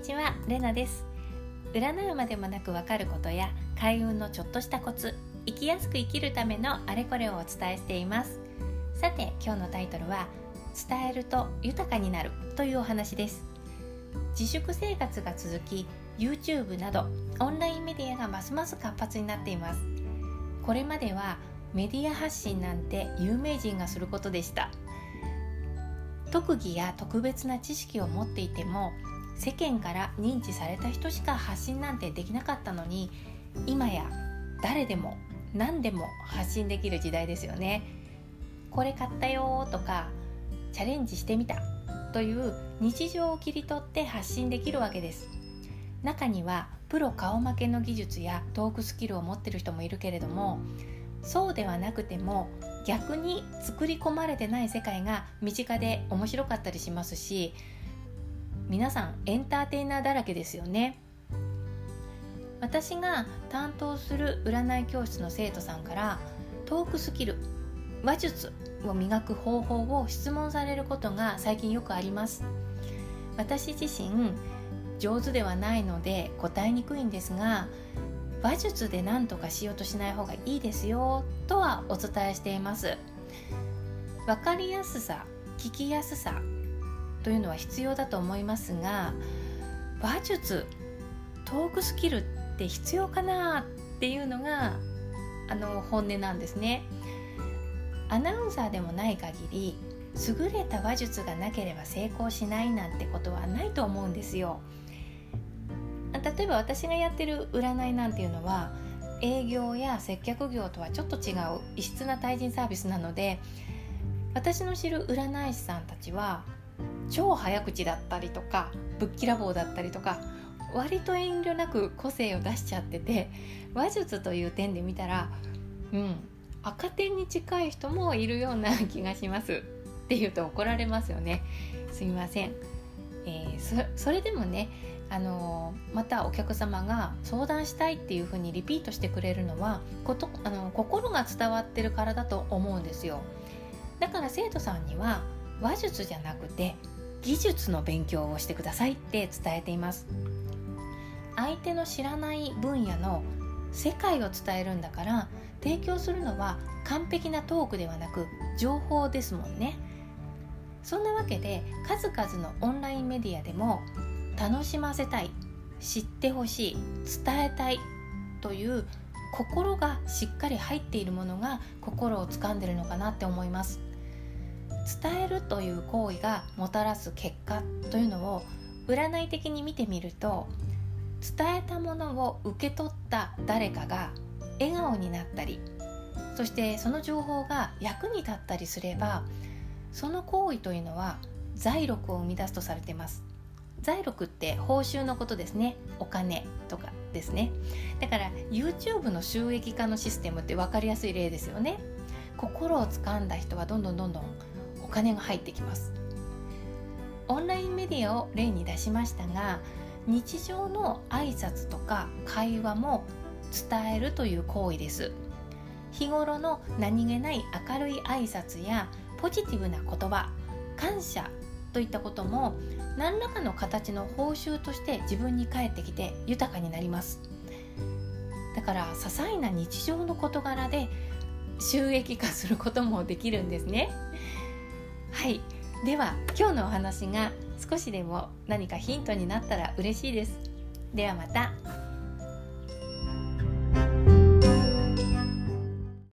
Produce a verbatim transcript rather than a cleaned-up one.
ちは、れなです。占うまでもなくわかることや開運のちょっとしたコツ、生きやすく生きるためのあれこれをお伝えしています。さて、今日のタイトルは伝えると豊かになるというお話です。自粛生活が続き、 YouTube などオンラインメディアがますます活発になっています。これまではメディア発信なんて有名人がすることでした。特技や特別な知識を持っていても世間から認知された人しか発信なんてできなかったのに、今や誰でも何でも発信できる時代ですよね。これ買ったよとかチャレンジしてみたという日常を切り取って発信できるわけです。中にはプロ顔負けの技術やトークスキルを持っている人もいるけれども、そうではなくても逆に作り込まれてない世界が身近で面白かったりしますし、皆さんエンターテイナーだらけですよね。私が担当する占い教室の生徒さんからトークスキル、話術を磨く方法を質問されることが最近よくあります。私自身上手ではないので答えにくいんですが、話術で何とかしようとしない方がいいですよとはお伝えしています。わかりやすさ、聞きやすさというのは必要だと思いますが、話術、トークスキルって必要かなっていうのがあの本音なんですね。アナウンサーでもない限り優れた話術がなければ成功しないなんてことはないと思うんですよ。例えば私がやってる占いなんていうのは営業や接客業とはちょっと違う異質な対人サービスなので、私の知る占い師さんたちは超早口だったりとかぶっきらぼうだったりとか、割と遠慮なく個性を出しちゃってて、話術という点で見たらうん赤点に近い人もいるような気がしますって言うと怒られますよね。すみません、えー、そ, それでもね、あのー、またお客様が相談したいっていうふうにリピートしてくれるのはことあの心が伝わってるからだと思うんですよ。だから生徒さんには話術じゃなくて技術の勉強をしてくださいって伝えています。相手の知らない分野の世界を伝えるんだから、提供するのは完璧なトークではなく情報ですもんね。そんなわけで数々のオンラインメディアでも楽しませたい、知ってほしい、伝えたいという心がしっかり入っているものが心を掴んでいるのかなって思います。伝えるという行為がもたらす結果というのを占い的に見てみると、伝えたものを受け取った誰かが笑顔になったり、そしてその情報が役に立ったりすれば、その行為というのは財力を生み出すとされています。財力って報酬のことですね。お金とかですね。だから YouTube の収益化のシステムって分かりやすい例ですよね。心を掴んだ人はどんどんどんどんお金が入ってきます。オンラインメディアを例に出しましたが、日常の挨拶とか会話も伝えるという行為です。日頃の何気ない明るい挨拶やポジティブな言葉、感謝といったことも何らかの形の報酬として自分に返ってきて豊かになります。だから些細な日常の事柄で収益化することもできるんですね。はい、では今日のお話が少しでも何かヒントになったら嬉しいです。ではまた。